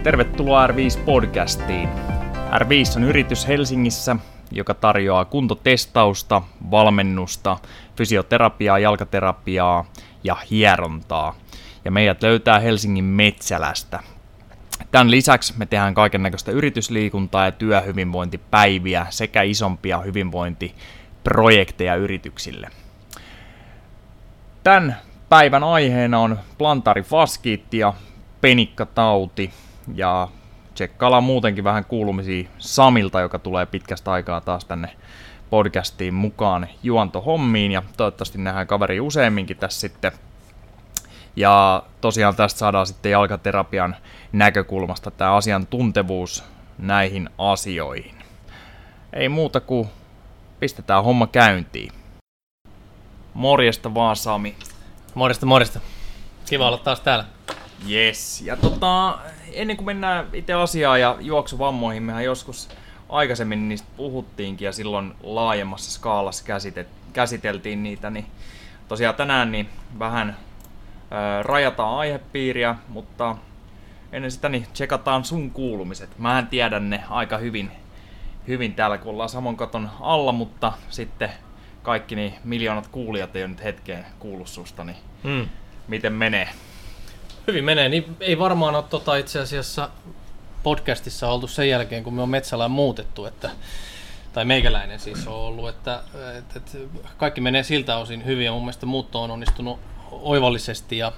Tervetuloa R5-podcastiin. R5 on yritys Helsingissä, joka tarjoaa kuntotestausta, valmennusta, fysioterapiaa, jalkaterapiaa ja hierontaa. Ja meidät löytää Helsingin Metsälästä. Tämän lisäksi me tehdään kaikennäköistä yritysliikuntaa ja työhyvinvointipäiviä sekä isompia hyvinvointiprojekteja yrityksille. Tämän päivän aiheena on plantaarifaskiitti ja penikkatauti ja tsekkaillaan muutenkin vähän kuulumisia Samilta, joka tulee pitkästä aikaa taas tänne podcastiin mukaan juontohommiin ja toivottavasti nähdään kaveri useamminkin tässä sitten. Ja tosiaan tästä saadaan sitten jalkaterapian näkökulmasta tämä asiantuntevuus näihin asioihin. Ei muuta kuin pistetään homma käyntiin. Morjesta vaan, Sami. Morjesta. Kiva olla taas täällä. Yes. Ja ennen kuin mennään itse asiaan ja juoksuvammoihin, mehän joskus aikaisemmin niistä puhuttiinkin ja silloin laajemmassa skaalassa käsiteltiin niitä, niin tosiaan tänään niin vähän rajataan aihepiiriä, mutta ennen sitä niin tsekataan sun kuulumiset. Mähän tiedän ne aika hyvin täällä, kun ollaan saman katon alla, mutta sitten kaikki niin miljoonat kuulijat ei ole nyt hetkeen kuullut susta, niin miten menee? Hyvin menee, niin ei varmaan ole itse asiassa podcastissa oltu sen jälkeen, kun me on Metsälään muutettu, tai meikäläinen siis on ollut, että kaikki menee siltä osin hyvin ja mun mielestä muutto on onnistunut oivallisesti ja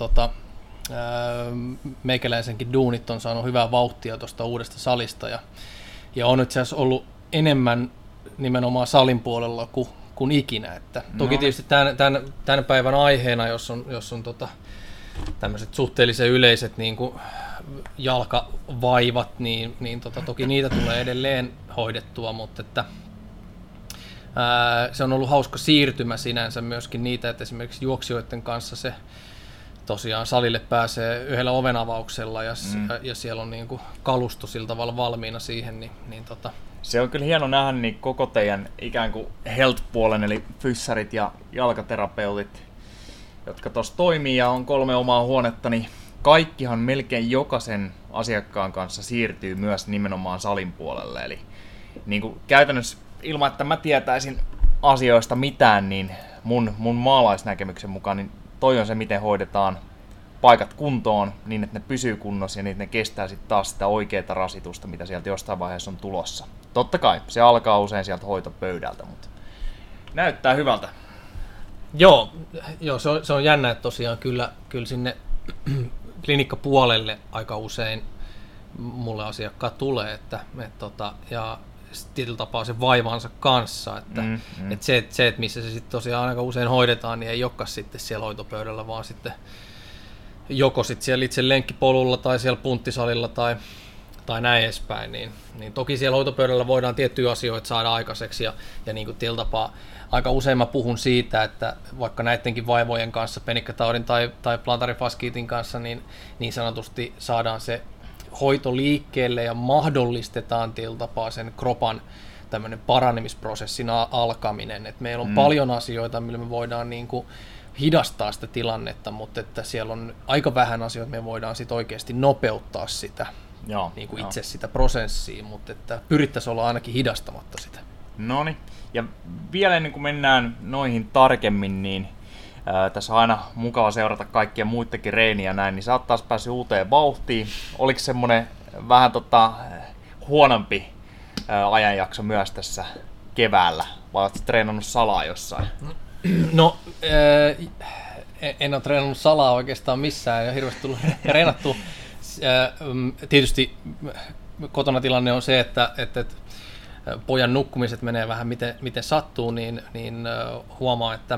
meikäläisenkin duunit on saanut hyvää vauhtia tuosta uudesta salista ja on itse asiassa ollut enemmän nimenomaan salin puolella kuin ikinä. Että toki tietysti tämän päivän aiheena, jos on tämmöiset suhteellisen yleiset niin kuin jalkavaivat, niin toki niitä tulee edelleen hoidettua, mutta että se on ollut hauska siirtymä sinänsä myöskin niitä, että esimerkiksi juoksijoiden kanssa se tosiaan salille pääsee yhdellä ovenavauksella ja siellä on niin kuin kalusto sillä tavalla valmiina siihen. Se on kyllä hieno nähdä niin koko teidän ikään kuin health-puolen, eli fyssarit ja jalkaterapeutit, jotka tuossa toimii ja on 3 omaa huonetta, niin kaikkihan melkein jokaisen asiakkaan kanssa siirtyy myös nimenomaan salin puolelle. Eli niin kuin käytännössä ilman, että mä tietäisin asioista mitään, niin mun maalaisnäkemyksen mukaan niin toi on se, miten hoidetaan paikat kuntoon niin, että ne pysyy kunnossa ja niin, että ne kestää sitten taas sitä oikeaa rasitusta, mitä sieltä jostain vaiheessa on tulossa. Totta kai, se alkaa usein sieltä hoitopöydältä, mutta näyttää hyvältä. Joo, se on jännä, että tosiaan kyllä sinne klinikkapuolelle aika usein mulle asiakkaat tulee, ja tietyllä tapaa se vaivansa kanssa, että se, missä se sitten tosiaan aika usein hoidetaan, niin ei olekaan sitten siellä hoitopöydällä, vaan sitten joko sitten siellä itse lenkkipolulla tai siellä punttisalilla tai näin edespäin, niin toki siellä hoitopöydällä voidaan tiettyjä asioita saada aikaiseksi ja niin kuin tietyllä tapaa aika usein mä puhun siitä, että vaikka näidenkin vaivojen kanssa, penikkataudin tai plantaarifaskiitin kanssa, niin sanotusti saadaan se hoito liikkeelle ja mahdollistetaan tietyllä tapaa sen kropan tämmöinen paranemisprosessin alkaminen. Et meillä on paljon asioita, millä me voidaan niin kuin hidastaa sitä tilannetta, mutta että siellä on aika vähän asioita, me voidaan sit oikeasti nopeuttaa sitä, niin kuin itse sitä prosessia, mutta että pyrittäisiin olla ainakin hidastamatta sitä. Noniin, ja vielä ennen kuin mennään noihin tarkemmin, niin tässä on aina mukava seurata kaikkia muitakin reeniä näin, niin sä oot taas päässyt uuteen vauhtiin. Oliko semmoinen vähän huonompi ajanjakso myös tässä keväällä, vai ootko treenannut salaa jossain? No, en ole treenannut salaa oikeastaan missään ja hirveästi tullut treenattua. Tietysti kotona tilanne on se, että pojan nukkumiset menee vähän miten sattuu, niin huomaa, että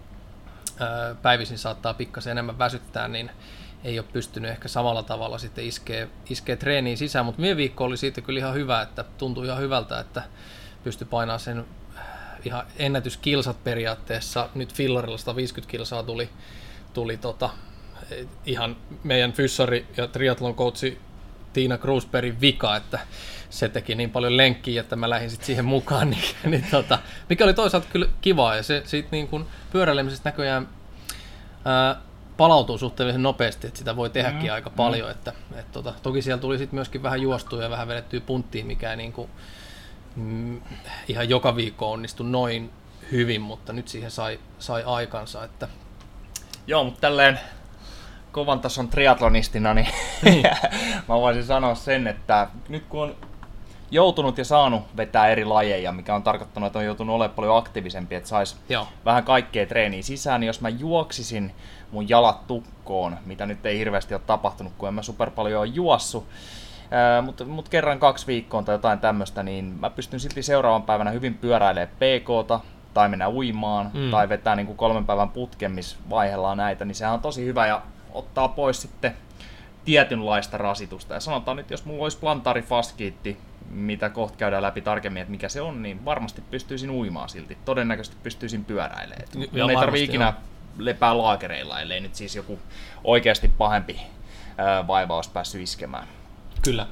päivisin saattaa pikkasen enemmän väsyttää, niin ei ole pystynyt ehkä samalla tavalla sitten iskee treeniin sisään, mutta viime viikko oli siitä kyllä ihan hyvä, että tuntui ihan hyvältä, että pystyi painamaan sen ihan ennätyskilsat periaatteessa. Nyt fillarilla 150 kilsaa tuli ihan meidän fyssari ja triathlon coachi Tiina Krusbergin vika, että se teki niin paljon lenkkiä, että mä lähdin sitten siihen mukaan, mikä oli toisaalta kyllä kivaa, ja se siitä niin kuin pyöräilemisestä näköjään palautuu suhteellisen nopeasti, että sitä voi tehdäkin aika paljon. Että toki siellä tuli sitten myöskin vähän juostua ja vähän vedettyä punttiin, mikä ei niin kuin, ihan joka viikko onnistui noin hyvin, mutta nyt siihen sai aikansa. Että... Joo, mutta tälleen kovan tason triatlonistina, niin mä voisin sanoa sen, että nyt kun on joutunut ja saanut vetää eri lajeja, mikä on tarkoittanut, että on joutunut olemaan paljon aktiivisempi, että saisi vähän kaikkea treeniä sisään, niin jos mä juoksisin mun jalat tukkoon, mitä nyt ei hirveästi ole tapahtunut, kun en mä super paljon ole juossut, mutta kerran 2 viikkoon tai jotain tämmöistä, niin mä pystyn silti seuraavan päivänä hyvin pyöräilemään PK:ta, tai mennä uimaan, tai vetää niin kuin 3 päivän putken, missä vaihdellaan näitä, niin sehän on tosi hyvä ja ottaa pois sitten tietynlaista rasitusta. Ja sanotaan nyt, jos mulla olisi plantaarifaskiitti, mitä kohta käydään läpi tarkemmin, että mikä se on, niin varmasti pystyisin uimaan silti. Todennäköisesti pystyisin pyöräilemään. Mun ei tarvitse ikinä lepää laakereilla, ellei nyt siis joku oikeasti pahempi vaiva olisi päässyt iskemään. Kyllä.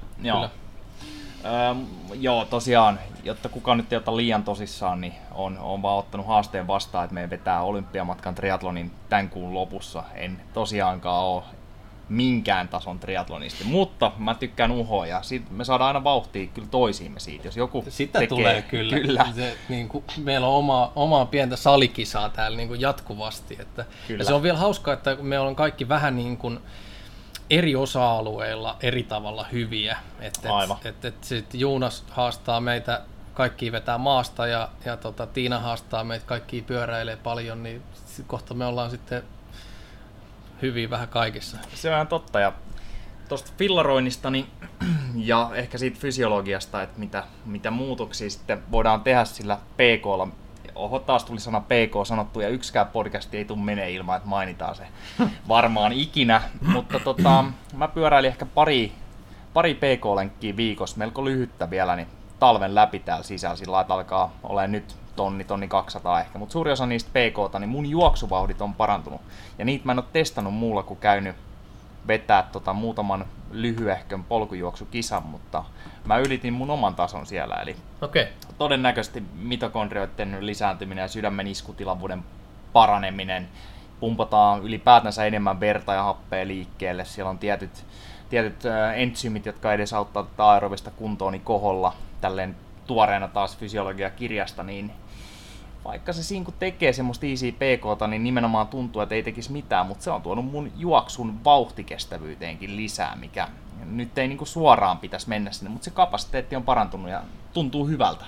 Joo, tosiaan, jotta kukaan nyt ei ota liian tosissaan, niin on vaan ottanut haasteen vastaan, että me vetää olympiamatkan triatlonin tämän kuun lopussa. En tosiaankaan ole minkään tason triatlonisti, mutta mä tykkään uhoa ja me saadaan aina vauhtia kyllä toisiimme siitä, jos joku sitä tekee. Tulee kyllä. Se, niin kuin, meillä on omaa pientä salikisaa täällä niin kuin jatkuvasti. Ja se on vielä hauskaa, että me ollaan kaikki vähän niin kuin eri osa-alueilla eri tavalla hyviä. Sitten Joonas haastaa meitä kaikki vetää maasta ja Tiina haastaa meitä kaikki pyöräilee paljon, niin kohta me ollaan sitten hyviä vähän kaikissa. Se on ihan totta. Ja tuosta fillaroinnista niin, ja ehkä siitä fysiologiasta, että mitä muutoksia sitten voidaan tehdä sillä PK:lla. Oho, taas tuli sana PK sanottu ja yksikään podcasti ei tule menee ilman, että mainitaan se varmaan ikinä. Mutta mä pyöräilin ehkä pari PK-lenkkiä viikossa, melko lyhyttä vielä, niin talven läpi täällä sisällä. Sillä että alkaa olemaan nyt tonni 200 ehkä, mutta suuri osa niistä PK:ta, niin mun juoksuvauhdit on parantunut. Ja niitä mä en ole testannut muulla kuin käynyt vetää muutaman lyhyehkön polkujuoksukisan, mutta mä ylitin mun oman tason siellä. Eli todennäköisesti mitokondrioiden lisääntyminen ja sydämen iskutilavuuden paraneminen, pumpataan ylipäätänsä enemmän verta ja happea liikkeelle. Siellä on tietyt entsyymit, jotka edesauttaa tätä aerobista kuntoa niin koholla. Tälleen tuoreena taas fysiologiakirjasta, niin vaikka se siinä kun tekee semmoista easy PK:ta, niin nimenomaan tuntuu, että ei tekisi mitään, mutta se on tuonut mun juoksun vauhtikestävyyteenkin lisää, mikä nyt ei niinku suoraan pitäisi mennä sinne, mutta se kapasiteetti on parantunut ja tuntuu hyvältä.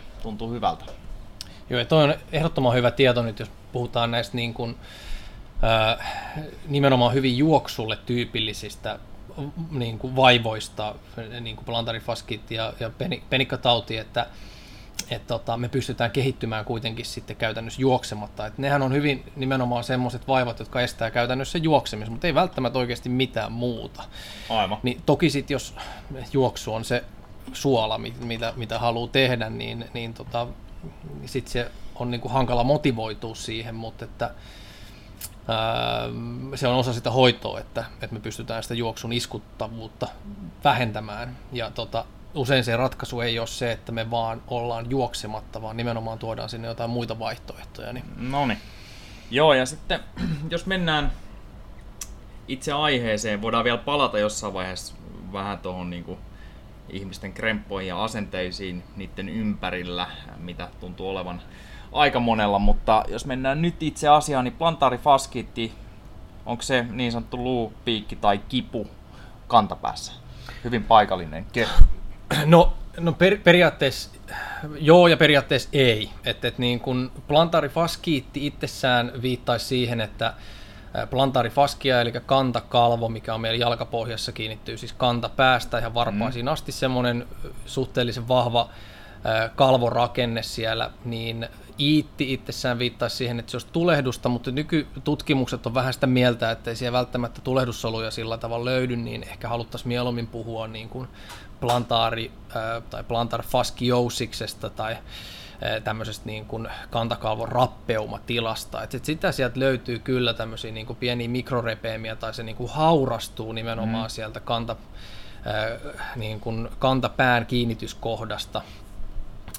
Joo, ja toi on ehdottoman hyvä tieto nyt, jos puhutaan näistä niin kuin, nimenomaan hyvin juoksulle tyypillisistä niin kuin vaivoista, niin kuin plantaarifaskiitti ja penikkatauti, että me pystytään kehittymään kuitenkin sitten käytännössä juoksematta. Et nehän on hyvin nimenomaan semmoiset vaivat, jotka estää käytännössä juoksemista, mutta ei välttämättä oikeasti mitään muuta. Aivan. Niin toki sitten jos juoksu on se suola, mitä haluaa tehdä, niin sitten se on niinku hankala motivoitua siihen, mutta että se on osa sitä hoitoa, että me pystytään sitä juoksun iskuttavuutta vähentämään. Ja usein se ratkaisu ei ole se, että me vaan ollaan juoksematta, vaan nimenomaan tuodaan sinne jotain muita vaihtoehtoja. Niin. Noniin. Joo, ja sitten jos mennään itse aiheeseen, voidaan vielä palata jossain vaiheessa vähän tuohon niin ihmisten kremppoihin ja asenteisiin niiden ympärillä, mitä tuntuu olevan aika monella, mutta jos mennään nyt itse asiaan, niin plantaarifaskiitti, onko se niin sanottu luupiikki tai kipu kantapäässä? Hyvin paikallinen. No periaatteessa joo ja periaatteessa ei. Et niin kun plantaarifaskiitti itsessään viittaisi siihen, että plantaarifaskia eli kantakalvo, mikä on meidän jalkapohjassa, kiinnittyy siis kantapäästä ihan varpaisiin asti, semmoinen suhteellisen vahva kalvorakenne siellä, niin iitti itsessään viittaisi siihen, että se olisi tulehdusta, mutta nykytutkimukset on vähän sitä mieltä, että ei siellä välttämättä tulehdussoluja sillä tavalla löydy, niin ehkä haluttaisiin mieluummin puhua niin kuin tai plantaarifaskiousiksesta tai tämmöisestä niin kuin kantakalvon rappeumatilasta. Et sitä sieltä löytyy kyllä tämmöisiä niin kuin pieniä mikrorepeemiä tai se niin kuin haurastuu nimenomaan sieltä niin kuin kantapään kiinnityskohdasta.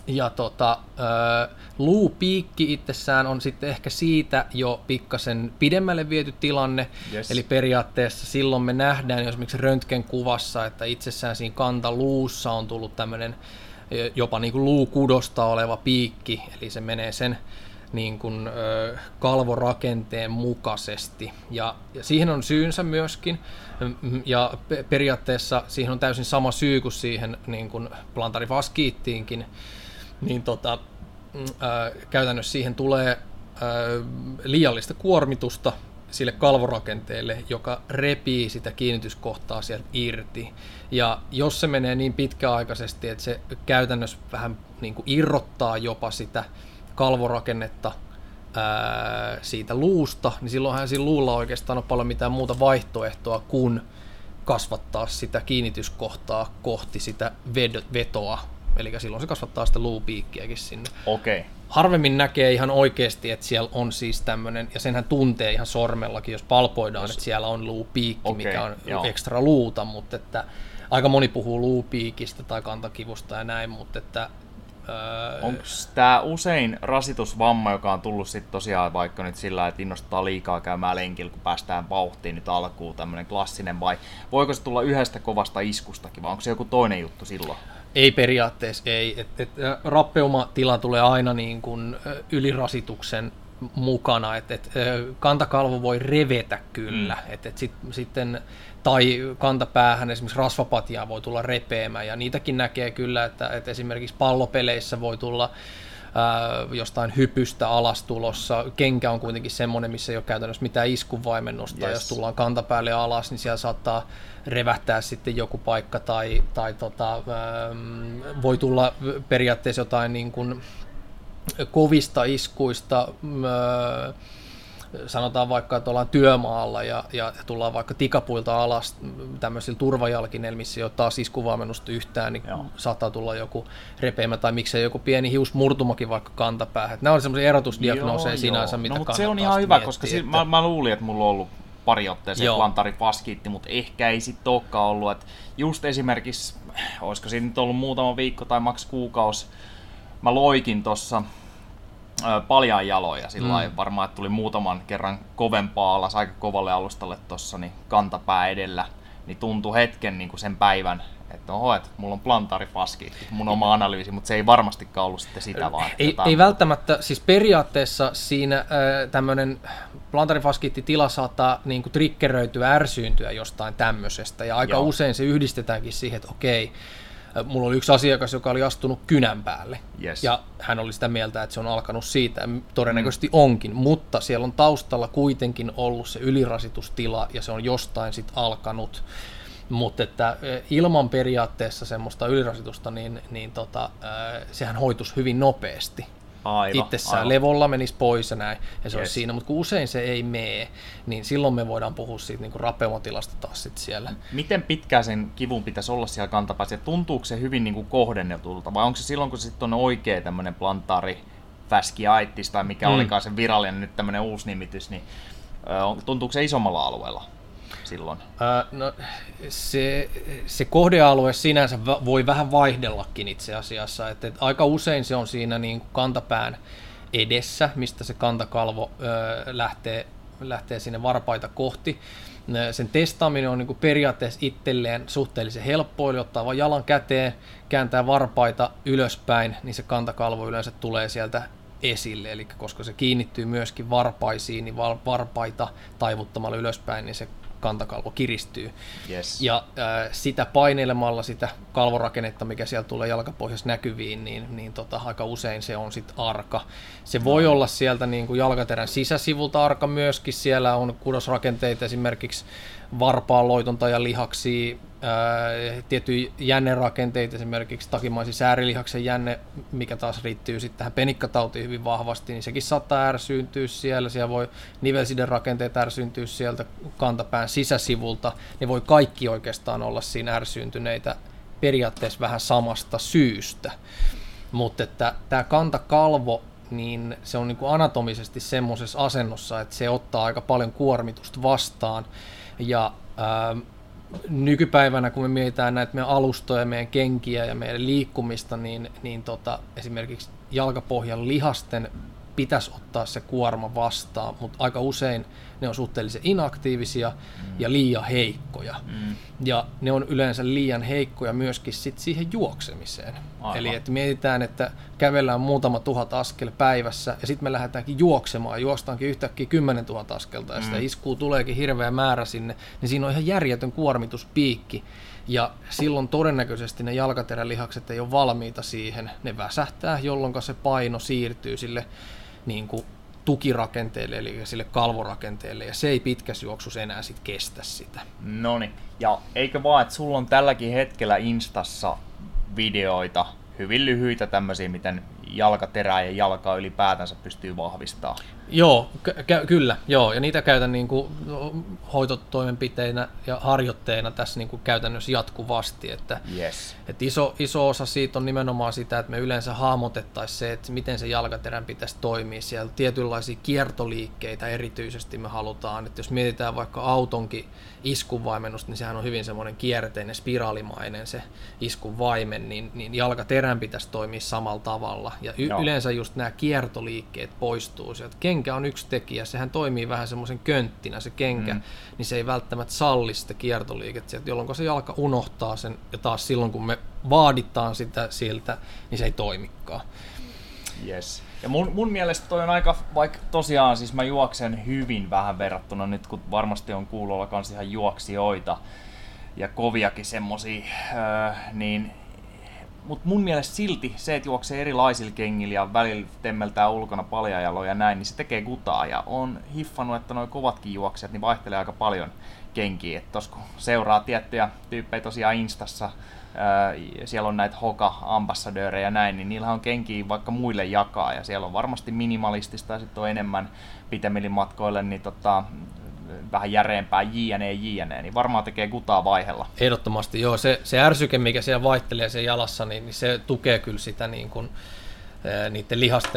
Ja luupiikki itsessään on sitten ehkä siitä jo pikkasen pidemmälle viety tilanne, Yes. eli periaatteessa silloin me nähdään esimerkiksi röntgenkuvassa, että itsessään siinä kantaluussa on tullut tämmöinen jopa niin kuin luukudosta oleva piikki, eli se menee sen niin kuin, kalvorakenteen mukaisesti. Ja siihen on syynsä myöskin, ja periaatteessa siihen on täysin sama syy kuin siihen niin kuin plantarifaskiittiinkin, niin käytännössä siihen tulee liiallista kuormitusta sille kalvorakenteelle, joka repii sitä kiinnityskohtaa sieltä irti. Ja jos se menee niin pitkäaikaisesti, että se käytännössä vähän niin kuin irrottaa jopa sitä kalvorakennetta siitä luusta, niin silloinhan siinä luulla oikeastaan on paljon mitään muuta vaihtoehtoa kuin kasvattaa sitä kiinnityskohtaa kohti sitä vetoa. Eli silloin se kasvattaa sitä luupiikkiäkin sinne. Okei. Harvemmin näkee ihan oikeasti, että siellä on siis tämmöinen, ja senhän tuntee ihan sormellakin, jos palpoidaan, että siellä on luupiikki, mikä on ekstra luuta, mutta että aika moni puhuu luupiikistä tai kantakivusta ja näin, mutta että onko tämä usein rasitusvamma, joka on tullut sitten tosiaan vaikka nyt sillä, että innostaa liikaa käymään lenkillä, kun päästään vauhtiin nyt alkuun, tämmöinen klassinen, vai voiko se tulla yhdestä kovasta iskustakin, vai onko se joku toinen juttu silloin? Ei periaatteessa, ei. Rappeumatila tulee aina niin kuin ylirasituksen mukana, kantakalvo voi revetä kyllä, sitten, tai kantapäähän esimerkiksi rasvapatiaa voi tulla repeämään, ja niitäkin näkee kyllä, että esimerkiksi pallopeleissä voi tulla jostain hypystä alastulossa. Kenkä on kuitenkin semmoinen, missä ei ole käytännössä mitään iskuvaimennusta. Yes. Jos tullaan kantapäälle alas, niin siellä saattaa revähtää sitten joku paikka, tai voi tulla periaatteessa jotain niin kuin kovista iskuista, sanotaan vaikka, että ollaan työmaalla ja tullaan vaikka tikapuilta alas tämmöisillä turvajalkineilla, missä ei ole taas iskuvalmennusta yhtään, niin saattaa tulla joku repeämä tai miksei joku pieni hiusmurtumakin vaikka kantapäähän. Nämä on semmoisia erotusdiagnooseja sinänsä, mitä mutta kannattaa se on ihan hyvä, miettiä, koska mä luulin, että mulla on ollut pari otteeseen plantarifaskiitti, mutta ehkä ei sitten olekaan ollut. Että just esimerkiksi, olisiko siinä nyt ollut muutama viikko tai maks kuukausi, mä loikin tuossa paljaan jaloja, sillä varmaan, että tuli muutaman kerran kovempaa alas, aika kovalle alustalle tuossa, niin kantapää edellä, niin tuntui hetken niin kuin sen päivän, että mulla on plantarifaskiitti, mun oma analyysi, mutta se ei varmastikaan ollut sitten sitä vaan. Ei välttämättä, siis periaatteessa siinä tämmöinen plantarifaskiittitila saattaa niin kuin triggeröityä, ärsyyntyä jostain tämmöisestä, ja aika usein se yhdistetäänkin siihen, että okei, mulla oli yksi asiakas, joka oli astunut kynän päälle, ja hän oli sitä mieltä, että se on alkanut siitä, ja todennäköisesti onkin, mutta siellä on taustalla kuitenkin ollut se ylirasitustila, ja se on jostain sitten alkanut, mutta että ilman periaatteessa semmoista ylirasitusta, niin sehän hoituisi hyvin nopeasti. Itsessään levolla menisi pois ja näin, ja se olisi siinä, mutta kun usein se ei mene, niin silloin me voidaan puhua siitä niin kuin rapeumatilasta taas sit siellä. Miten pitkään sen kivun pitäisi olla siellä kantapäässä? Tuntuuko se hyvin niin kuin kohdennetulta, vai onko se silloin, kun se sitten on oikea tämmöinen plantaarifasciitis, tai mikä olikaan se virallinen nyt tämmöinen uusi nimitys, niin tuntuuko se isommalla alueella silloin? No, se kohdealue sinänsä voi vähän vaihdellakin itse asiassa, että aika usein se on siinä niin kuin kantapään edessä, mistä se kantakalvo lähtee sinne varpaita kohti. Sen testaaminen on niin kuin periaatteessa itselleen suhteellisen helppoa, eli ottaa vain jalan käteen, kääntää varpaita ylöspäin, niin se kantakalvo yleensä tulee sieltä esille, eli koska se kiinnittyy myöskin varpaisiin, niin varpaita taivuttamalla ylöspäin, niin se kantakalvo kiristyy. Ja sitä painelemalla sitä kalvorakennetta, mikä sieltä tulee jalkapohjassa näkyviin, niin aika usein se on sitten arka. Se voi olla sieltä niin kuin jalkaterän sisäsivulta arka myöskin. Siellä on kudosrakenteita, esimerkiksi varpaanloitonta lihaksia, tiettyjä jännerakenteita, esimerkiksi takimaisen säärilihaksen jänne, mikä taas riittyy sitten tähän penikkatautiin hyvin vahvasti, niin sekin saattaa ärsyyntyä siellä. Siellä voi nivelsiderakenteet ärsyyntyä sieltä kantapään sisäsivulta. Ne voi kaikki oikeastaan olla siinä ärsyyntyneitä periaatteessa vähän samasta syystä. Mutta että tämä kantakalvo, niin se on niin kuin anatomisesti semmoisessa asennossa, että se ottaa aika paljon kuormitusta vastaan. Ja nykypäivänä, kun me mietitään näitä meidän alustoja, meidän kenkiä ja meidän liikkumista, niin esimerkiksi jalkapohjan lihasten pitäisi ottaa se kuorma vastaan, mutta aika usein ne on suhteellisen inaktiivisia ja liian heikkoja. Ja ne on yleensä liian heikkoja myöskin sit siihen juoksemiseen. Aivan. Eli että mietitään, että kävellään muutama 1000 askel päivässä ja sitten me lähdetäänkin juoksemaan, juostaankin yhtäkkiä 10 000 askelta ja sitä iskuu tuleekin hirveä määrä sinne, niin siinä on ihan järjetön kuormituspiikki. Ja silloin todennäköisesti ne jalkaterälihakset ei ole valmiita siihen, ne väsähtää, jolloin se paino siirtyy sille niin kuin tukirakenteelle, eli sille kalvorakenteelle, ja se ei pitkässä juoksussa enää sit kestä sitä. Noniin, ja eikö vaan, että sulla on tälläkin hetkellä Instassa videoita, hyvin lyhyitä tämmöisiä, miten jalkaterää ja jalkaa ylipäätänsä pystyy vahvistamaan? Joo, kyllä, joo, ja niitä käytän niin kuin hoitotoimenpiteinä ja harjoitteina tässä niin kuin käytännössä jatkuvasti, että iso osa siitä on nimenomaan sitä, että me yleensä hahmotettaisiin se, että miten se jalkaterän pitäisi toimia, siellä tietynlaisia kiertoliikkeitä erityisesti me halutaan, että jos mietitään vaikka autonkin iskunvaimennusta, niin sehän on hyvin semmoinen kierteinen, spiraalimainen se iskuvaimen, niin jalkaterän pitäisi toimia samalla tavalla, ja yleensä just nämä kiertoliikkeet poistuu sieltä. Kenkä on yksi tekijä, sehän toimii vähän semmoisen könttinä se kenkä, niin se ei välttämättä salli sitä kiertoliikettä sieltä, jolloin se jalka unohtaa sen, ja taas silloin kun me vaaditaan sitä siltä, niin se ei toimikaan. Yes. Ja mun mielestä toi on aika, vaikka tosiaan siis mä juoksen hyvin vähän verrattuna nyt, kun varmasti on kuulolla kans ihan juoksijoita ja koviakin semmosia, niin mutta mun mielestä silti se, että juoksee erilaisilla kengillä ja välillä temmeltää ulkona paljajaloja ja näin, niin se tekee gutaa. Ja on hiffannut, että nuo kovatkin juoksijat niin vaihtelee aika paljon kenkiä. Että tos kun seuraa tiettyjä tyyppejä tosiaan Instassa, siellä on näitä Hoka-ambassadöörejä ja näin, niin niillä on kenkiä vaikka muille jakaa. Ja siellä on varmasti minimalistista ja sitten on enemmän pitemmille matkoille, niin vähän järeempää jne, niin varmaan tekee gutaa vaihella. Ehdottomasti, joo. Se ärsyke, mikä siellä vaihtelee sen jalassa, niin se tukee kyllä sitä niin kuin, niiden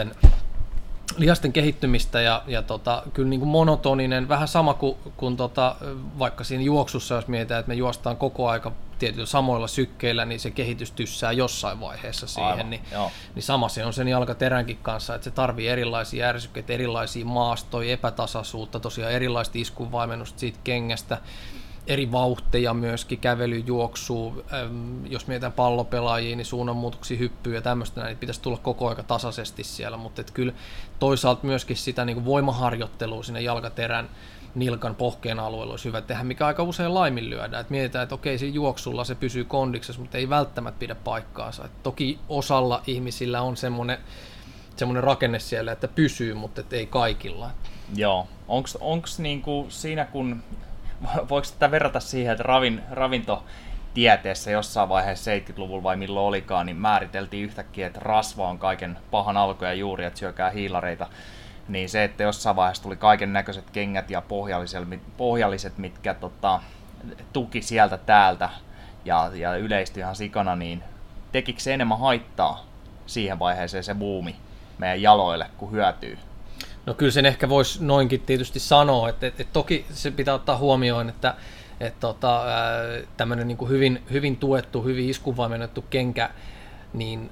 lihasten kehittymistä ja kyllä niin kuin monotoninen, vähän sama kuin vaikka siinä juoksussa, jos mietitään, että me juostaan koko aika tietyillä samoilla sykkeillä, niin se kehitys tyssää jossain vaiheessa siihen, niin sama se on sen jalkateränkin kanssa, että se tarvii erilaisia ärsykkeitä, erilaisia maastoja, epätasaisuutta, tosiaan erilaista iskunvaimennusta siitä kengästä, eri vauhteja myöskin, kävely, juoksu, jos mietitään pallopelaajia, niin suunnanmuutoksia, hyppyä ja tämmöistä, niin pitäisi tulla koko aika tasaisesti siellä, mutta kyllä toisaalta myöskin sitä niin kuin voimaharjoittelua sinne jalkaterän nilkan pohkeen alueella olisi hyvä tehdä, mikä aika usein laiminlyödään. Et mietitään, että okei, siinä juoksulla se pysyy kondiksessa, mutta ei välttämättä pidä paikkaansa. Et toki osalla ihmisillä on semmoinen rakenne siellä, että pysyy, mutta ei kaikilla. Joo. Onko niinku siinä, kun voiko tätä verrata siihen, että ravintotieteessä jossain vaiheessa 70-luvulla vai milloin olikaan, niin määriteltiin yhtäkkiä, että rasva on kaiken pahan alku ja juuri, että syökää hiilareita. Niin se, että jossain vaiheessa tuli kaiken näköiset kengät ja pohjalliset, mitkä tuki sieltä täältä ja yleistyi ihan sikana, niin tekikö se enemmän haittaa siihen vaiheeseen se buumi meidän jaloille kuin hyötyy? No kyllä sen ehkä voisi noinkin tietysti sanoa, että toki se pitää ottaa huomioon, että tämmöinen niin kuin hyvin tuettu, hyvin iskunvaimennettu kenkä, niin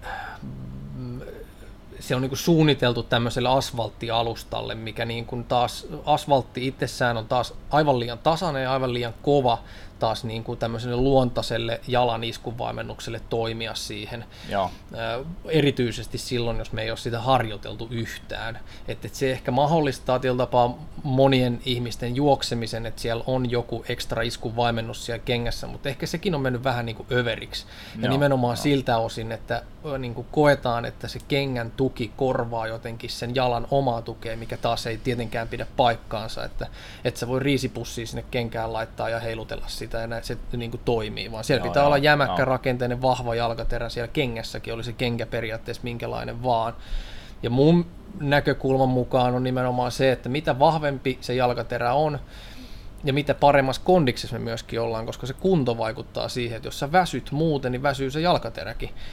se on niin kuin suunniteltu tämmöiselle asfalttialustalle, mikä niin kuin taas asfaltti itsessään on taas aivan liian tasainen ja aivan liian kova taas niin kuin tämmöiselle luontaiselle jalan iskunvaimennukselle toimia siihen. Joo. Erityisesti silloin, jos me ei ole sitä harjoiteltu yhtään. Että se ehkä mahdollistaa tietyllä tapaa monien ihmisten juoksemisen, että siellä on joku ekstra iskunvaimennus siellä kengässä, mutta ehkä sekin on mennyt vähän niin kuin överiksi. Ja nimenomaan siltä osin, että niin kuin koetaan, että se kengän tuki korvaa jotenkin sen jalan omaa tukea, mikä taas ei tietenkään pidä paikkaansa, että sä voi riisipussia sinne kenkään laittaa ja heilutella sitä ja näin se niin kuin toimii, vaan siellä pitää olla jämäkkä rakenteinen vahva jalkaterä siellä kengässäkin, oli se kenkä periaatteessa minkälainen vaan. Ja mun näkökulman mukaan on nimenomaan se, että mitä vahvempi se jalkaterä on ja mitä paremmassa kondiksessa me myöskin ollaan, koska se kunto vaikuttaa siihen, että jos sä väsyt muuten, niin väsyy se jalkateräkin.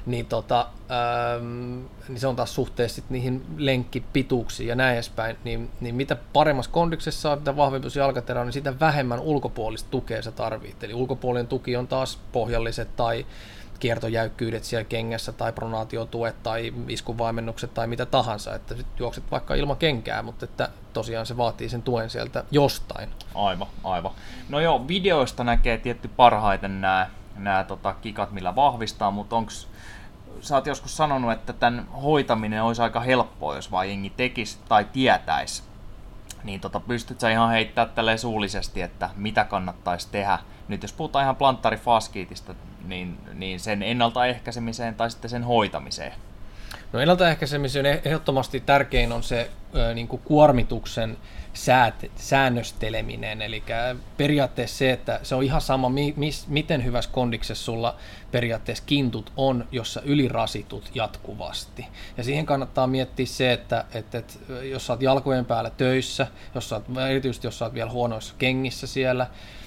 niin, niin se on taas suhteessa niihin lenkkipituuksiin ja näin edespäin, niin mitä paremmassa kondiksessa on, mitä vahvempi jalkaterä on, niin sitä vähemmän ulkopuolista tukea sä tarvitset. Eli ulkopuolinen tuki on taas pohjalliset tai kiertojäykkyydet siellä kengässä tai pronaatiotuet tai iskuvaimennukset tai mitä tahansa, että sit juokset vaikka ilman kenkää, mutta että tosiaan se vaatii sen tuen sieltä jostain. Aivan. No joo, videoista näkee tietty parhaiten nämä kikat, millä vahvistaa, mutta sä oot joskus sanonut, että tämän hoitaminen olisi aika helppoa, jos vaan jengi tekisi tai tietäisi. Niin pystyt sä ihan heittämään tälleen suullisesti, että mitä kannattaisi tehdä. Nyt jos puhutaan ihan planttarifaskiitista, niin sen ennaltaehkäisemiseen tai sitten sen hoitamiseen. No ennaltaehkäisemisen ehdottomasti tärkein on se niin kuin kuormituksen säännösteleminen, eli periaatteessa se, että se on ihan sama, miten hyvässä kondiksessa sulla periaatteessa kintut on, jos sä ylirasitut jatkuvasti. Ja siihen kannattaa miettiä se, että jos sä oot jalkojen päällä töissä, erityisesti jos sä oot vielä huonoissa kengissä siellä,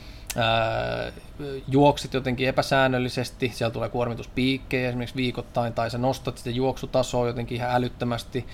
juoksit jotenkin epäsäännöllisesti, siellä tulee kuormituspiikkejä esimerkiksi viikoittain, tai sä nostat sitä juoksutasoa jotenkin ihan älyttömästi,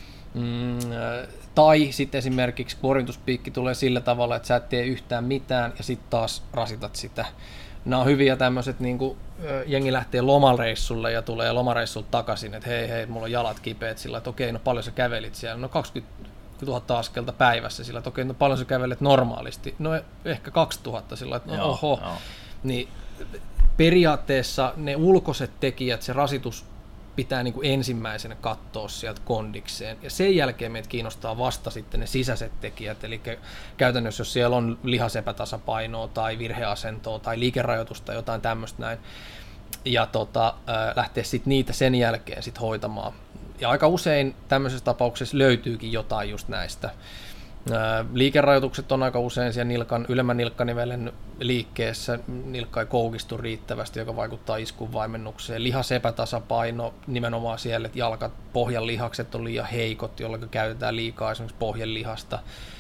tai sitten esimerkiksi kuormituspiikki tulee sillä tavalla, että sä et tee yhtään mitään ja sitten taas rasitat sitä. Nämä on hyviä tämmöiset, niin kuin jengi lähtee lomareissulle ja tulee lomareissulta takaisin, että hei, mulla on jalat kipeät sillä, että okei, no paljon sä kävelit siellä, no 20 000 askelta päivässä sillä, että okei, no paljon sä kävelet normaalisti, no ehkä 2000 sillä, että oho, niin periaatteessa ne ulkoiset tekijät, se rasitus pitää niin kuin ensimmäisenä katsoa sieltä kondikseen, ja sen jälkeen meitä kiinnostaa vasta sitten ne sisäiset tekijät, eli käytännössä jos siellä on lihasepätasapainoa tai virheasentoa tai liikerajoitusta, jotain tämmöistä näin, ja lähteä sitten niitä sen jälkeen sit hoitamaan. Ja aika usein tämmöisessä tapauksessa löytyykin jotain just näistä. Liikerajoitukset on aika usein siellä ylemmän nilkkanivelen liikkeessä, nilkka ei koukistu riittävästi, joka vaikuttaa iskun vaimennukseen. Lihasepätasapaino nimenomaan siellä, että pohjan lihakset on liian heikot, jolloin käytetään liikaa esimerkiksi pohjelihasta.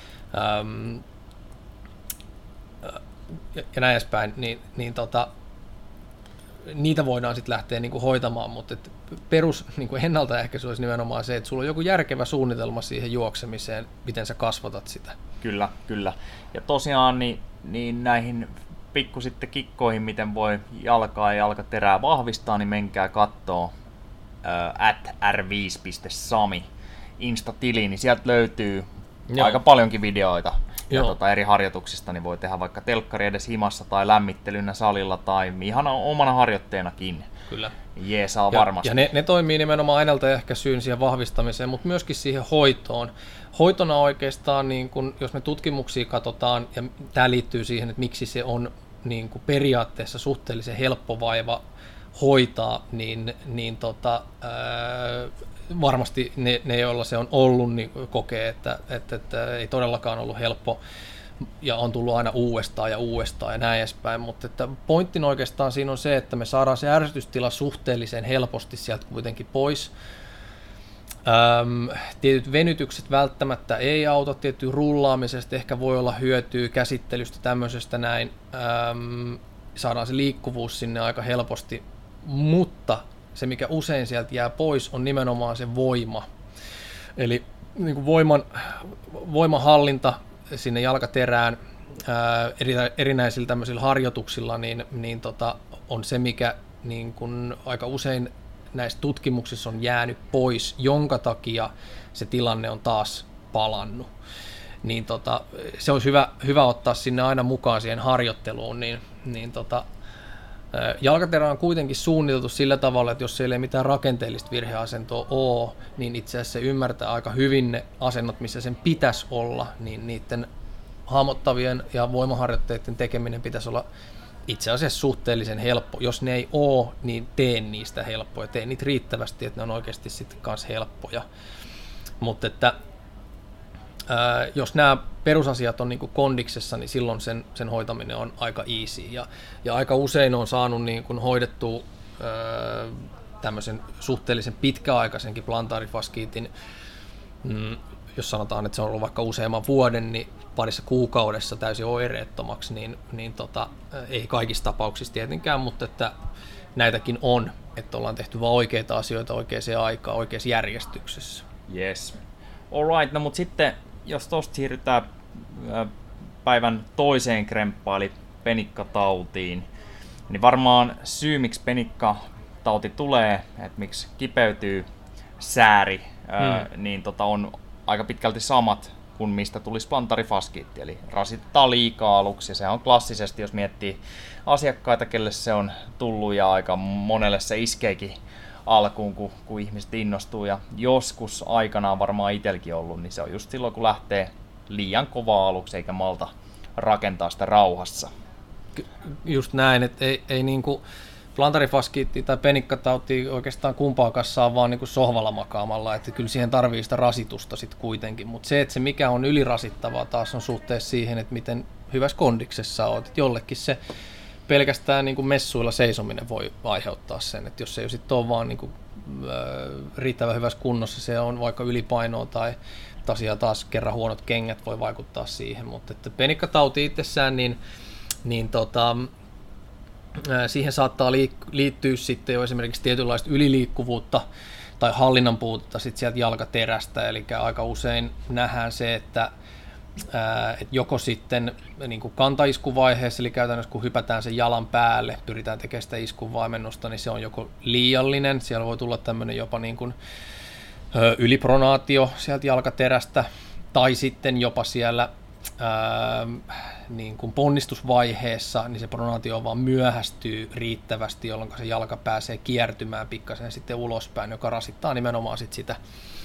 Ja näin edespäin, niitä voidaan sitten lähteä niinku hoitamaan, mutta perus niinku ennaltaehkäisy olisi nimenomaan se, että sulla on joku järkevä suunnitelma siihen juoksemiseen, miten sä kasvatat sitä. Kyllä. Ja tosiaan niin näihin pikku sitten kikkoihin, miten voi jalkaa ja jalkaterää vahvistaa, niin menkää kattoo @r5.sami Insta-tili, niin sieltä löytyy aika paljonkin videoita. Ja eri harjoituksista niin voi tehdä vaikka telkkari edes himassa tai lämmittelynä salilla tai ihan omana harjoitteenakin. Kyllä. Jeesaa varmasti. Ja ne toimii nimenomaan ennaltaehkäisyyn, siihen vahvistamiseen, mutta myöskin siihen hoitoon. Hoitona oikeastaan, niin kun, jos me tutkimuksia katsotaan, ja tämä liittyy siihen, että miksi se on niin kun periaatteessa suhteellisen helppo vaiva hoitaa, varmasti ne, joilla se on ollut, niin kokee, että ei todellakaan ollut helppo ja on tullut aina uudestaan ja näin edespäin, mutta että pointtina oikeastaan siinä on se, että me saadaan se ärsytystila suhteellisen helposti sieltä kuitenkin pois. Tietyt venytykset välttämättä ei auta, tietty rullaamisesta ehkä voi olla hyötyä, käsittelystä tämmöisestä näin, saadaan se liikkuvuus sinne aika helposti, mutta se, mikä usein sieltä jää pois, on nimenomaan se voima. Eli niin kuin voimahallinta sinne jalkaterään erinäisillä tämmöisillä harjoituksilla on se, mikä niin kuin aika usein näissä tutkimuksissa on jäänyt pois, jonka takia se tilanne on taas palannut. Se olisi hyvä ottaa sinne aina mukaan siihen harjoitteluun, jalkaterä on kuitenkin suunniteltu sillä tavalla, että jos siellä ei mitään rakenteellista virheasentoa ole, niin itse asiassa se ymmärtää aika hyvin ne asennot, missä sen pitäisi olla, niin niiden hahmottavien ja voimaharjoitteiden tekeminen pitäisi olla itse asiassa suhteellisen helppo. Jos ne ei ole, niin teen niistä helppoja. Teen niitä riittävästi, että ne on oikeasti sitten kanssa helppoja. Mutta että jos nämä perusasiat on niin kuin kondiksessa, niin silloin sen hoitaminen on aika easy. Ja aika usein on saanut niin kuin hoidettua tämmöisen suhteellisen pitkäaikaisenkin plantaarifaskiitin, jos sanotaan, että se on ollut vaikka useamman vuoden, niin parissa kuukaudessa täysin oireettomaksi, ei kaikissa tapauksissa tietenkään, mutta että näitäkin on, että ollaan tehty vaan oikeita asioita oikeaan aikaan, oikeassa järjestyksessä. Yes. Alright, no mutta sitten jos tuosta siirrytään päivän toiseen kremppaan, eli penikkatautiin, niin varmaan syy, miksi penikkatauti tulee, että miksi kipeytyy sääri, niin on aika pitkälti samat kuin mistä tulisi plantarifaskiitti, eli rasittaa liikaa aluksi, ja se on klassisesti, jos miettii asiakkaita, kelle se on tullut, ja aika monelle se iskeekin alkuun, kun ihmiset innostuu, ja joskus aikanaan varmaan itselläkin ollut, niin se on just silloin, kun lähtee liian kovaa aluksi, eikä malta rakentaa sitä rauhassa. Just näin, että ei niinku plantarifaskiitti tai penikkatauti oikeastaan kumpaakaan saa vaan niinku sohvalla makaamalla, että kyllä siihen tarvii sitä rasitusta sitten kuitenkin, mutta se mikä on ylirasittavaa taas on suhteessa siihen, että miten hyvässä kondiksessa olet, että jollekin se pelkästään niinku messuilla seisominen voi aiheuttaa sen, että jos se ei sitten ole vaan niinku, riittävän hyvässä kunnossa, se on vaikka ylipainoa tai tosiaan taas kerran huonot kengät voi vaikuttaa siihen, mutta että penikkatauti itsessään, niin siihen saattaa liittyä sitten jo esimerkiksi tietynlaista yliliikkuvuutta tai hallinnan puutetta sitten sieltä jalkaterästä, eli aika usein nähdään se, että joko sitten niin kuin kantaiskuvaiheessa, eli käytännössä kun hypätään sen jalan päälle, pyritään tekemään sitä iskuvaimennusta, niin se on joko liiallinen, siellä voi tulla tämmöinen jopa niin kuin ylipronaatio sieltä jalkaterästä, tai sitten jopa siellä niin kuin ponnistusvaiheessa, niin se pronaatio vaan myöhästyy riittävästi, jolloin se jalka pääsee kiertymään pikkasen sitten ulospäin, joka rasittaa nimenomaan sit sitä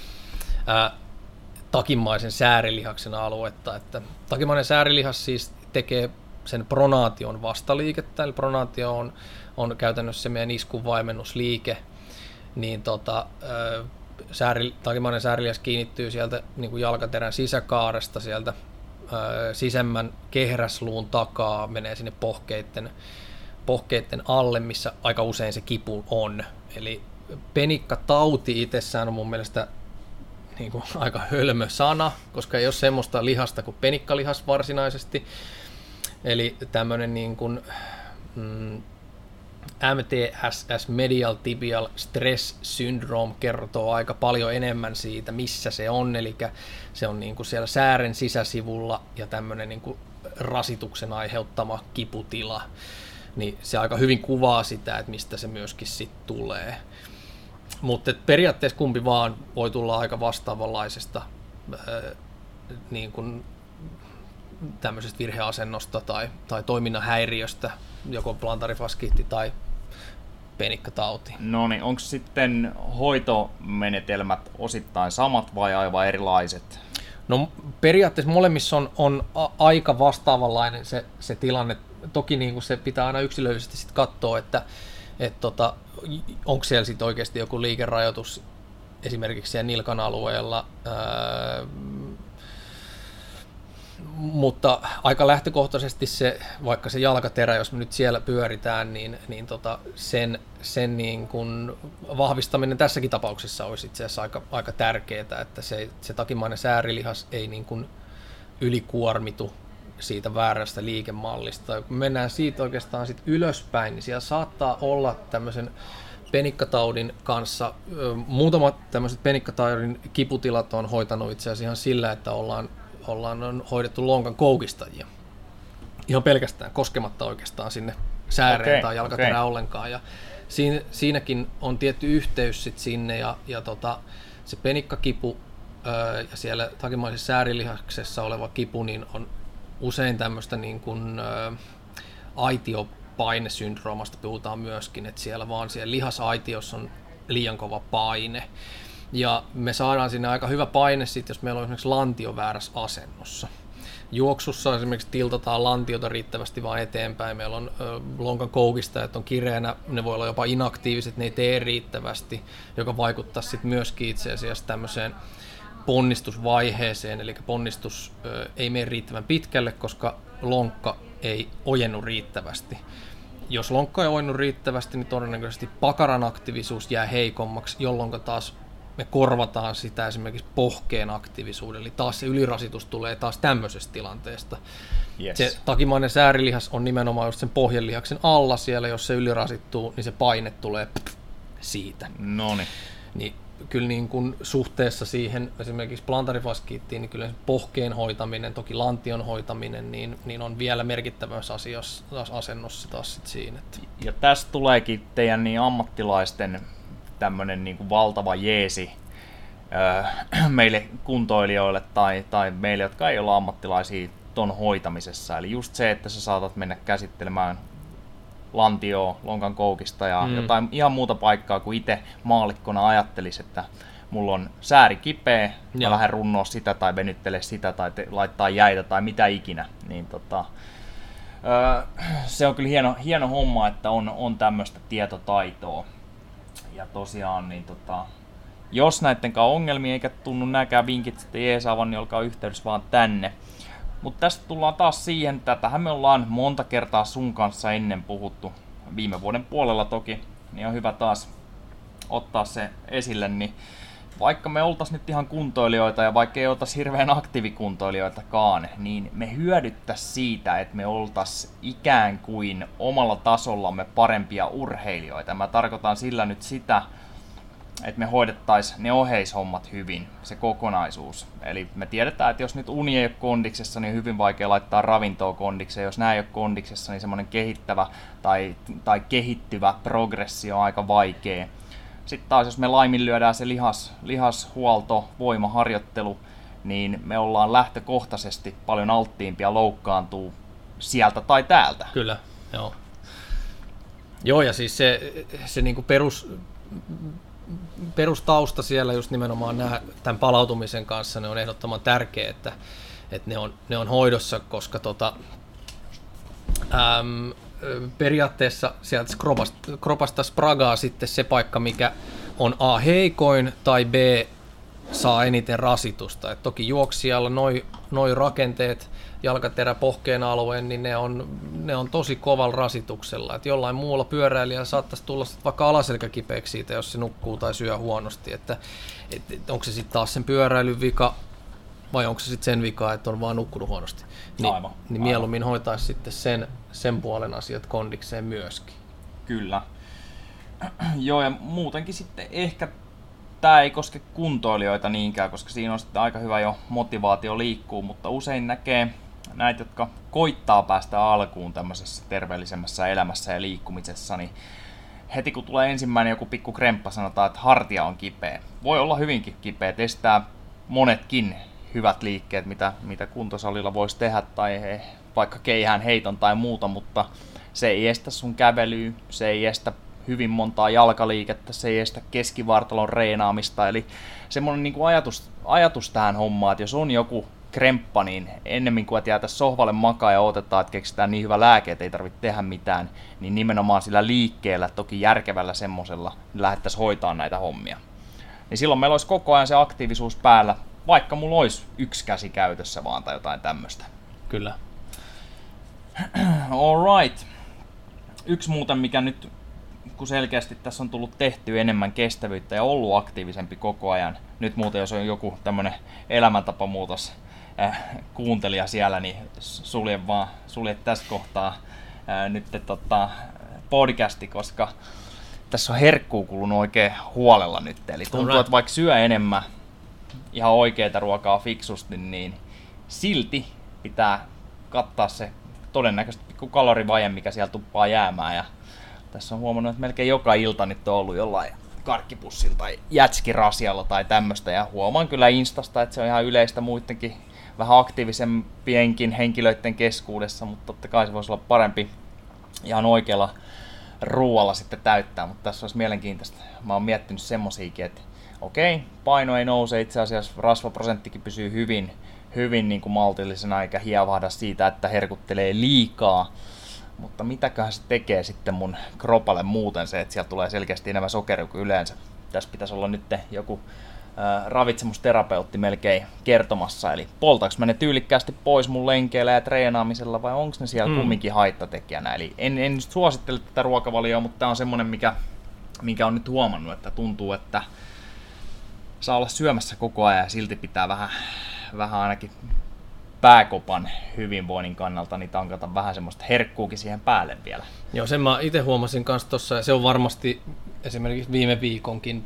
takimaisen säärilihaksen aluetta. Että takimainen säärilihas siis tekee sen pronaation vastaliikettä, eli pronaatio on käytännössä se meidän iskuvaimenusliike, niin takimainen säärilihas kiinnittyy sieltä niin kuin jalkaterän sisäkaaresta, sieltä sisemmän kehräsluun takaa, menee sinne pohkeitten alle, missä aika usein se kipu on. Eli penikkatauti itsessään on mun mielestä niin kuin aika hölmö sana, koska ei ole semmoista lihasta kuin penikkalihas varsinaisesti. Eli tämmöinen niin kuin, MTSS, Medial Tibial Stress Syndrome, kertoo aika paljon enemmän siitä, missä se on, eli se on niin kuin siellä säären sisäsivulla ja tämmöinen niin kuin rasituksen aiheuttama kiputila, niin se aika hyvin kuvaa sitä, että mistä se myöskin sitten tulee. Mutta periaatteessa kumpi vaan voi tulla aika vastaavanlaisesta niin kuin tämmöisestä virheasennosta tai toiminnan häiriöstä, joko plantarifaskiitti tai penikkatauti. No niin, onko sitten hoitomenetelmät osittain samat vai aivan erilaiset? No periaatteessa molemmissa on aika vastaavanlainen se tilanne. Toki niin kuin se pitää aina yksilöllisesti sit katsoa, että onko siellä sitten oikeasti joku liikerajoitus esimerkiksi siellä nilkan alueella, mutta aika lähtökohtaisesti vaikka se jalkaterä, jos me nyt siellä pyöritään, niin sen niin kuin vahvistaminen tässäkin tapauksessa olisi itse asiassa aika tärkeää, että se takimainen säärilihas ei niin kuin ylikuormitu siitä väärästä liikemallista. Kun mennään siitä oikeastaan sit ylöspäin, niin siellä saattaa olla tämmöisen penikkataudin kanssa, muutamat tämmöiset penikkataudin kiputilat on hoitanut itse asiassa ihan sillä, että ollaan hoidettu lonkan koukistajia. Ihan pelkästään, koskematta oikeastaan sinne sääreen tai jalkaterään ollenkaan. Ja siinäkin on tietty yhteys sit sinne ja se penikkakipu ja siellä takimaisessa säärilihaksessa oleva kipu niin on usein tämmöistä niin kuin aitiopainesyndroomasta puhutaan myöskin, että siellä lihasaitiossa on liian kova paine. Ja me saadaan sinne aika hyvä paine sitten, jos meillä on esimerkiksi lantio väärässä asennossa. Juoksussa esimerkiksi tiltataan lantiota riittävästi vaan eteenpäin. Meillä on lonkan koukistajat on kireänä, ne voi olla jopa inaktiiviset, ne ei tee riittävästi, joka vaikuttaa sitten myöskin itse asiassa tämmöiseen ponnistusvaiheeseen, eli ponnistus ei mene riittävän pitkälle, koska lonkka ei ojennu riittävästi. Jos lonkka ei ojennu riittävästi, niin todennäköisesti pakaran aktiivisuus jää heikommaksi, jolloin taas me korvataan sitä esimerkiksi pohkeen aktiivisuudella, eli taas se ylirasitus tulee taas tämmöisestä tilanteesta. Yes. Se takimainen säärilihas on nimenomaan just sen pohjelihaksen alla siellä, jos se ylirasittuu, niin se paine tulee siitä. Noniin. Niin kyllä niin kuin suhteessa siihen esimerkiksi plantarifaskiittiin, niin kyllä se pohkeen hoitaminen, toki lantion hoitaminen, niin on vielä merkittävässä asennossa taas sit siinä. Ja tästä tuleekin teidän niin ammattilaisten tämmöinen niin kuin valtava jeesi meille kuntoilijoille tai meille, jotka ei ole ammattilaisia ton hoitamisessa. Eli just se, että sä saatat mennä käsittelemään lantioa, lonkan koukista ja jotain ihan muuta paikkaa kuin itse maallikkona ajattelisi, että mulla on sääri kipeä, mä lähden runnoa sitä tai venyttele sitä tai laittaa jäitä tai mitä ikinä. Niin se on kyllä hieno homma, että on tämmöistä tietotaitoa. Ja tosiaan, niin jos näiden kanssa ongelmia eikä tunnu näkään vinkit sitten jeesaavan, niin olkaa yhteydessä vaan tänne. Mutta tästä tullaan taas siihen, että tätähän me ollaan monta kertaa sun kanssa ennen puhuttu, viime vuoden puolella toki, niin on hyvä taas ottaa se esille, niin vaikka me oltaisiin nyt ihan kuntoilijoita ja vaikka ei oltaisi hirveän aktiivikuntoilijoitakaan, niin me hyödyttäisiin siitä, että me oltaisiin ikään kuin omalla tasollamme parempia urheilijoita. Mä tarkoitan sillä nyt sitä, että me hoidettaisiin ne oheishommat hyvin, se kokonaisuus. Eli me tiedetään, että jos nyt uni ei ole kondiksessa, niin on hyvin vaikea laittaa ravintoa kondikseen. Jos nämä ei ole kondiksessa, niin semmoinen kehittävä tai kehittyvä progressio on aika vaikea. Sitten taas jos me laiminlyödään se lihashuolto, voimaharjoittelu, niin me ollaan lähtökohtaisesti paljon alttiimpia loukkaantuu sieltä tai täältä. Kyllä, joo. Joo, ja siis se niinku perustausta siellä just nimenomaan tämän palautumisen kanssa, ne on ehdottoman tärkeä, että ne on hoidossa, koska periaatteessa sieltä kropasta spragaa sitten se paikka, mikä on A heikoin tai B saa eniten rasitusta. Et toki juoksijalla noi rakenteet, jalkaterä, pohkeen alueen, niin ne on tosi kovalla rasituksella. Et jollain muulla pyöräilijällä saattaisi tulla vaikka alaselkäkipeäksi siitä, jos se nukkuu tai syö huonosti. Että onko se sitten taas sen pyöräilyn vika vai onko se sitten sen vika, että on vaan nukkunut huonosti. Niin mieluummin hoitaisi sitten sen puolen asiat kondikseen myöskin. Kyllä. Joo, ja muutenkin sitten ehkä tämä ei koske kuntoilijoita niinkään, koska siinä on sitten aika hyvä jo motivaatio liikkuu, mutta usein näkee näitä, jotka koittaa päästä alkuun tämmöisessä terveellisemmässä elämässä ja liikkumisessa, niin heti kun tulee ensimmäinen joku pikku kremppa, sanotaan, että hartia on kipeä. Voi olla hyvinkin kipeä, testää monetkin hyvät liikkeet, mitä kuntosalilla voisi tehdä, tai vaikka keihään heiton tai muuta, mutta se ei estä sun kävelyä, se ei estä hyvin montaa jalkaliikettä, se ei estä keskivartalon reenaamista, eli semmoinen niin kuin ajatus tähän hommaan, että jos on joku kremppa, niin ennemmin kuin että jäätäisiin sohvalle makaa ja odotetaan, että keksitään niin hyvä lääke, että ei tarvitse tehdä mitään, niin nimenomaan sillä liikkeellä, toki järkevällä semmosella, niin lähdettäisiin hoitaa näitä hommia. Niin silloin meillä olisi koko ajan se aktiivisuus päällä, vaikka mulla olisi yksi käsi käytössä vaan tai jotain tämmöistä. Kyllä. Alright. Yksi muuten, mikä nyt, kun selkeästi tässä on tullut tehtyä enemmän kestävyyttä ja ollut aktiivisempi koko ajan. Nyt muuten, jos on joku tämmönen elämäntapamuutos kuuntelija siellä, niin sulje tässä kohtaa nyt podcasti, koska tässä on herkkuu kulunut oikein huolella nyt. Eli tuntuu, että vaikka syö enemmän ihan oikeaa ruokaa fiksusti, niin silti pitää kattaa se todennäköisesti pikku kalorivaje, mikä siellä tuppaa jäämään. Ja tässä on huomannut, että melkein joka ilta nyt on ollut jollain karkkipussilla tai jätskirasialla tai tämmöistä. Ja huomaan kyllä Instasta, että se on ihan yleistä muidenkin vähän aktiivisempienkin henkilöiden keskuudessa, mutta totta kai se voisi olla parempi ihan oikealla ruoalla sitten täyttää. Mutta tässä olisi mielenkiintoista. Mä oon miettinyt semmosiakin, että okei, paino ei nouse, itse asiassa rasvaprosenttikin pysyy hyvin niin kuin maltillisena eikä hievahda siitä, että herkuttelee liikaa. Mutta mitäköhän se tekee sitten mun kropalle muuten se, että sieltä tulee selkeästi enemmän sokeria kuin yleensä. Tässä pitäisi olla nyt joku ravitsemusterapeutti melkein kertomassa. Eli poltaanko mä ne tyylikkäästi pois mun lenkeillä ja treenaamisella vai onko ne siellä kumminkin haittatekijänä. Eli en just suosittele tätä ruokavalioa, mutta tämä on semmoinen, mikä on nyt huomannut, että tuntuu, että saa olla syömässä koko ajan ja silti pitää vähän ainakin pääkopan hyvinvoinnin kannalta niin tankata vähän semmoista herkkuukin siihen päälle vielä. Joo, sen mä itse huomasin kanssa tuossa, ja se on varmasti esimerkiksi viime viikonkin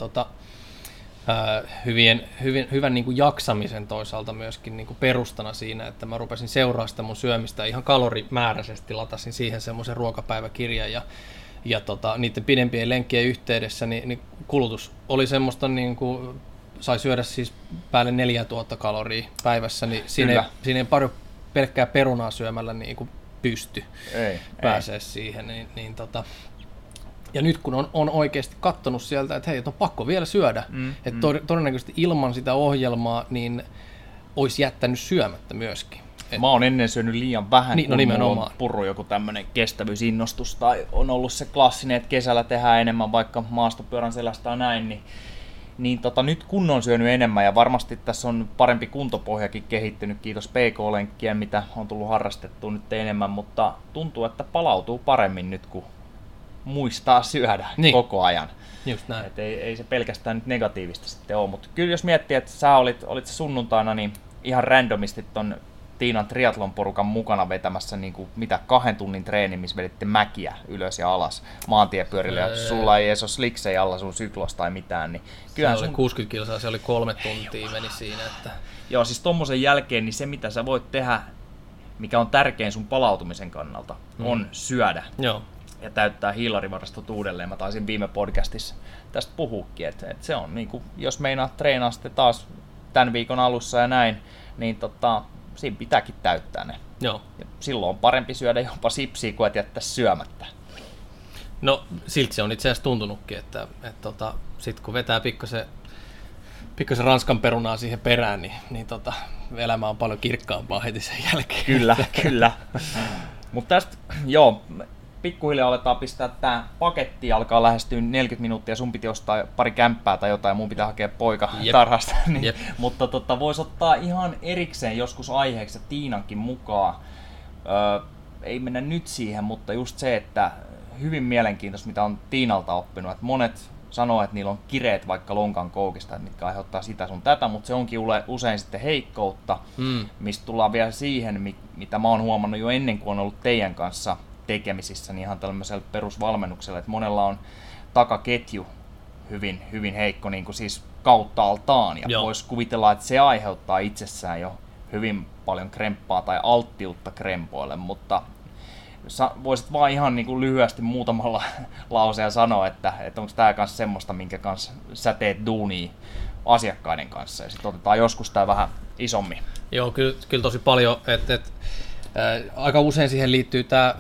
hyvän niin kuin jaksamisen toisaalta myöskin niin kuin perustana siinä, että mä rupesin seuraamaan sitä mun syömistä ihan kalorimääräisesti, latasin siihen semmoisen ruokapäiväkirjan ja niiden pidempien lenkkien yhteydessä niin kulutus oli semmoista, niin kuin, sai syödä siis päälle 4000 kaloria päivässä, niin siinä ei paljon pelkkää perunaa syömällä niin kuin pysty pääsee siihen. Ja nyt kun on oikeasti katsonut sieltä, että hei, on pakko vielä syödä, että todennäköisesti ilman sitä ohjelmaa niin olisi jättänyt syömättä myöskin. Mä oon ennen syönyt liian vähän, kun mulla on purru joku tämmöinen kestävyysinnostus, tai on ollut se klassinen, että kesällä tehdään enemmän vaikka maastopyörän selästä tai näin, niin nyt kun on syönyt enemmän, ja varmasti tässä on parempi kuntopohjakin kehittynyt, kiitos PK-lenkkien, mitä on tullut harrastettua nyt enemmän, mutta tuntuu, että palautuu paremmin nyt, kun muistaa syödä koko ajan. Just näin. Et ei se pelkästään nyt negatiivista sitten ole, mutta kyllä jos miettii, että sä olit sunnuntaina niin ihan randomisti ton Tiinan triathlon-porukan mukana vetämässä niin kuin, 2 tunnin treeni, missä veditte mäkiä ylös ja alas maantiepyörillä, ja sulla ei edes ole sliksejä alla sun syklossa tai mitään. Niin se oli 60 kilsaa, se oli 3 tuntia meni siinä. Että... Joo, siis tommosen jälkeen niin se mitä sä voit tehdä, mikä on tärkein sun palautumisen kannalta, on syödä. Joo. Ja täyttää hiilarivarastot uudelleen. Mä taisin viime podcastissa tästä puhuukin, että se on niin kuin, jos meinaat treenaa sitten taas tämän viikon alussa ja näin, niin siinä pitääkin täyttää ne. Joo. Ja silloin on parempi syödä jopa sipsiä kuin että jättää syömättä. No silti se on itse asiassa tuntunutkin, että sit kun vetää pikkasen ranskan perunaa siihen perään, niin elämä on paljon kirkkaampaa heti sen jälkeen. Kyllä. Mutta tästä, joo, pikkuhiljaa aletaan pistää tää paketti, alkaa lähestyä 40 minuuttia, sun piti ostaa pari kämppää tai jotain, mun pitää hakea poika tarhasta. Niin, mutta voisi ottaa ihan erikseen joskus aiheeksi Tiinankin mukaan. Ei mennä nyt siihen, mutta just se, että hyvin mielenkiintoista, mitä on Tiinalta oppinut, että monet sanoo, että niillä on kireet vaikka lonkan koukista, mitkä aiheuttaa sitä sun tätä, mutta se onkin usein sitten heikkoutta, mistä tullaan vielä siihen, mitä mä oon huomannut jo ennen kuin on ollut teidän kanssa tekemisissä, niin ihan tällaisella perusvalmennuksella, että monella on takaketju hyvin, hyvin heikko niin kuin siis kauttaaltaan, ja voisi kuvitella, että se aiheuttaa itsessään jo hyvin paljon kremppaa tai alttiutta krempoille, mutta voisit vaan ihan niin kuin lyhyesti muutamalla lauseella sanoa, että onko tämä kanssa semmoista, minkä kanssa sä teet duunia asiakkaiden kanssa, ja sitten otetaan joskus tämä vähän isommin. Joo, kyllä tosi paljon, että aika usein siihen liittyy tämä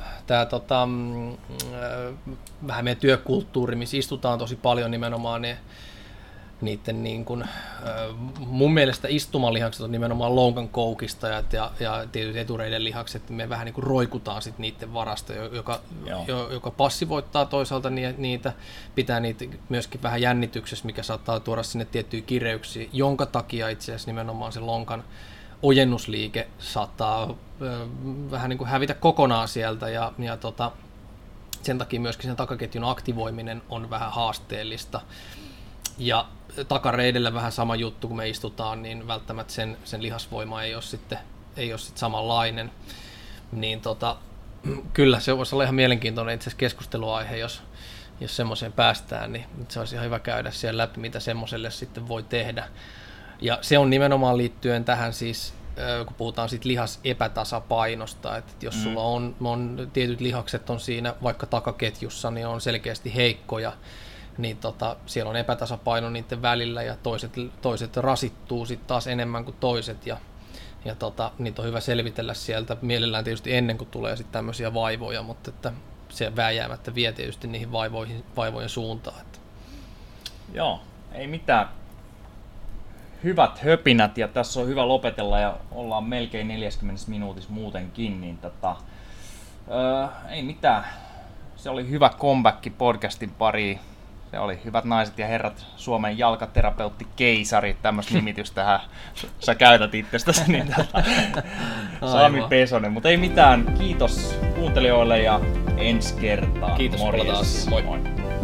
vähän meidän työkulttuuri, missä istutaan tosi paljon nimenomaan niiden niin kuin, mun mielestä istumalihakset on nimenomaan lonkan koukistajat ja tietyt etureiden lihakset, me vähän niin kuin roikutaan sit niiden varasta, joka passivoittaa toisaalta niitä, pitää niitä myöskin vähän jännityksessä, mikä saattaa tuoda sinne tiettyjä kireyksiä, jonka takia itse asiassa nimenomaan se lonkan ojennusliike saattaa vähän niin kuin hävitä kokonaan sieltä ja sen takia myöskin sen takaketjun aktivoiminen on vähän haasteellista. Ja takareidellä vähän sama juttu, kun me istutaan, niin välttämättä sen lihasvoima ei ole sitten samanlainen. Niin kyllä se voisi olla ihan mielenkiintoinen itse asiassa keskusteluaihe, jos semmoiseen päästään, niin se olisi ihan hyvä käydä siellä läpi, mitä semmoiselle sitten voi tehdä. Ja se on nimenomaan liittyen tähän siis, kun puhutaan siitä lihasepätasapainosta, että jos sulla on tietyt lihakset on siinä vaikka takaketjussa, niin on selkeästi heikkoja, niin siellä on epätasapaino niiden välillä ja toiset rasittuu sitten taas enemmän kuin toiset ja niitä on hyvä selvitellä sieltä mielellään tietysti ennen kuin tulee sitten tämmöisiä vaivoja, mutta että se vääjäämättä vie tietysti niihin vaivojen suuntaan. Että. Joo, ei mitään. Hyvät höpinät ja tässä on hyvä lopetella ja ollaan melkein 40 minuutissa muutenkin, niin ei mitään. Se oli hyvä comeback podcastin pariin. Se oli hyvät naiset ja herrat, Suomen jalkaterapeutti Keisari, tämmöistä nimitystä tähän sä käytät itsestäsi, niin Sami Pesonen. Mutta ei mitään, kiitos kuuntelijoille ja ensi kertaan. Kiitos, palataan. Moi.